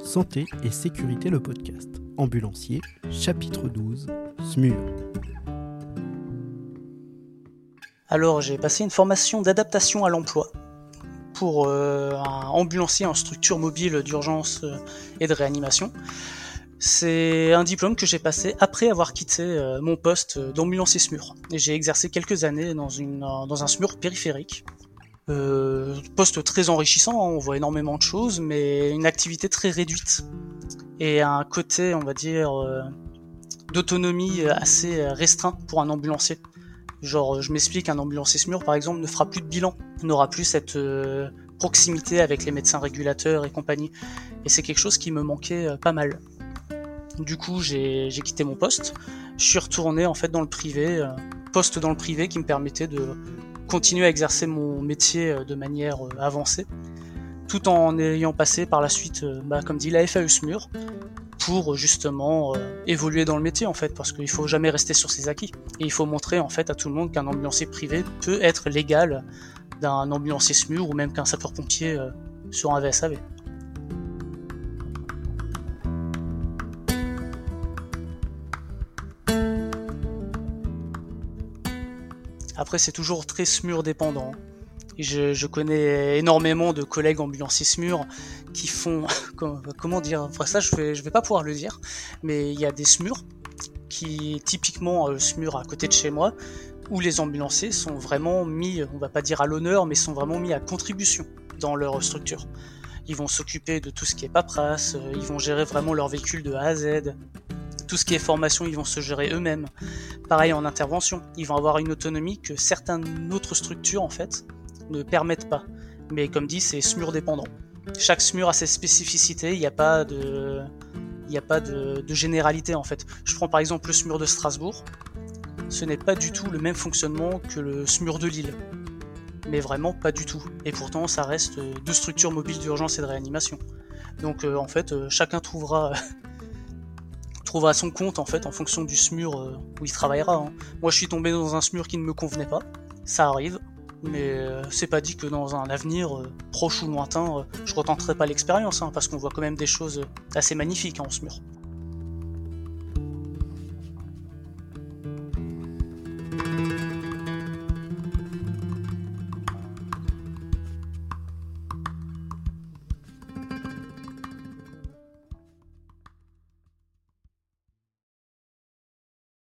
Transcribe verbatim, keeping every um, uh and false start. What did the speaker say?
Santé et sécurité le podcast. Ambulancier, chapitre douze, S M U R. Alors j'ai passé une formation d'adaptation à l'emploi pour euh, un ambulancier en structure mobile d'urgence et de réanimation. C'est un diplôme que j'ai passé après avoir quitté euh, mon poste d'ambulancier S M U R. Et j'ai exercé quelques années dans, une, dans un S M U R périphérique. Euh, poste très enrichissant, on voit énormément de choses, mais une activité très réduite. Et un côté, on va dire, euh, d'autonomie assez restreint pour un ambulancier. Genre, je m'explique, un ambulancier S M U R, par exemple, ne fera plus de bilan, n'aura plus cette euh, proximité avec les médecins régulateurs et compagnie. Et c'est quelque chose qui me manquait euh, pas mal. Du coup, j'ai, j'ai quitté mon poste. Je suis retourné en fait dans le privé, euh, poste dans le privé qui me permettait de continuer à exercer mon métier euh, de manière euh, avancée, tout en ayant passé par la suite, euh, bah, comme dit, la F A E S M U R, pour justement euh, évoluer dans le métier en fait, parce qu'il faut jamais rester sur ses acquis. Et il faut montrer en fait à tout le monde qu'un ambulancier privé peut être l'égal d'un ambulancier S M U R ou même qu'un sapeur-pompier euh, sur un V S A V. Après, c'est toujours très S M U R dépendant. Je, je connais énormément de collègues ambulanciers S M U R qui font, comment dire, enfin ça je vais, je vais pas pouvoir le dire, mais il y a des S M U R qui, typiquement le S M U R à côté de chez moi, où les ambulanciers sont vraiment mis, on va pas dire à l'honneur, mais sont vraiment mis à contribution dans leur structure. Ils vont s'occuper de tout ce qui est paperasse, ils vont gérer vraiment leur véhicule de A à Z. Tout ce qui est formation, ils vont se gérer eux-mêmes. Pareil en intervention, ils vont avoir une autonomie que certaines autres structures en fait ne permettent pas. Mais comme dit, c'est S M U R dépendant. Chaque S M U R a ses spécificités, il n'y a pas de, il n'y a pas de, de généralité en fait. Je prends par exemple le S M U R de Strasbourg. Ce n'est pas du tout le même fonctionnement que le S M U R de Lille. Mais vraiment pas du tout. Et pourtant, ça reste deux structures mobiles d'urgence et de réanimation. Donc euh, en fait, euh, chacun trouvera... trouvera son compte en fait en fonction du S M U R euh, où il travaillera. Hein. Moi je suis tombé dans un S M U R qui ne me convenait pas, ça arrive, mais euh, c'est pas dit que dans un avenir euh, proche ou lointain, euh, je retenterai pas l'expérience, hein, parce qu'on voit quand même des choses assez magnifiques hein, en S M U R.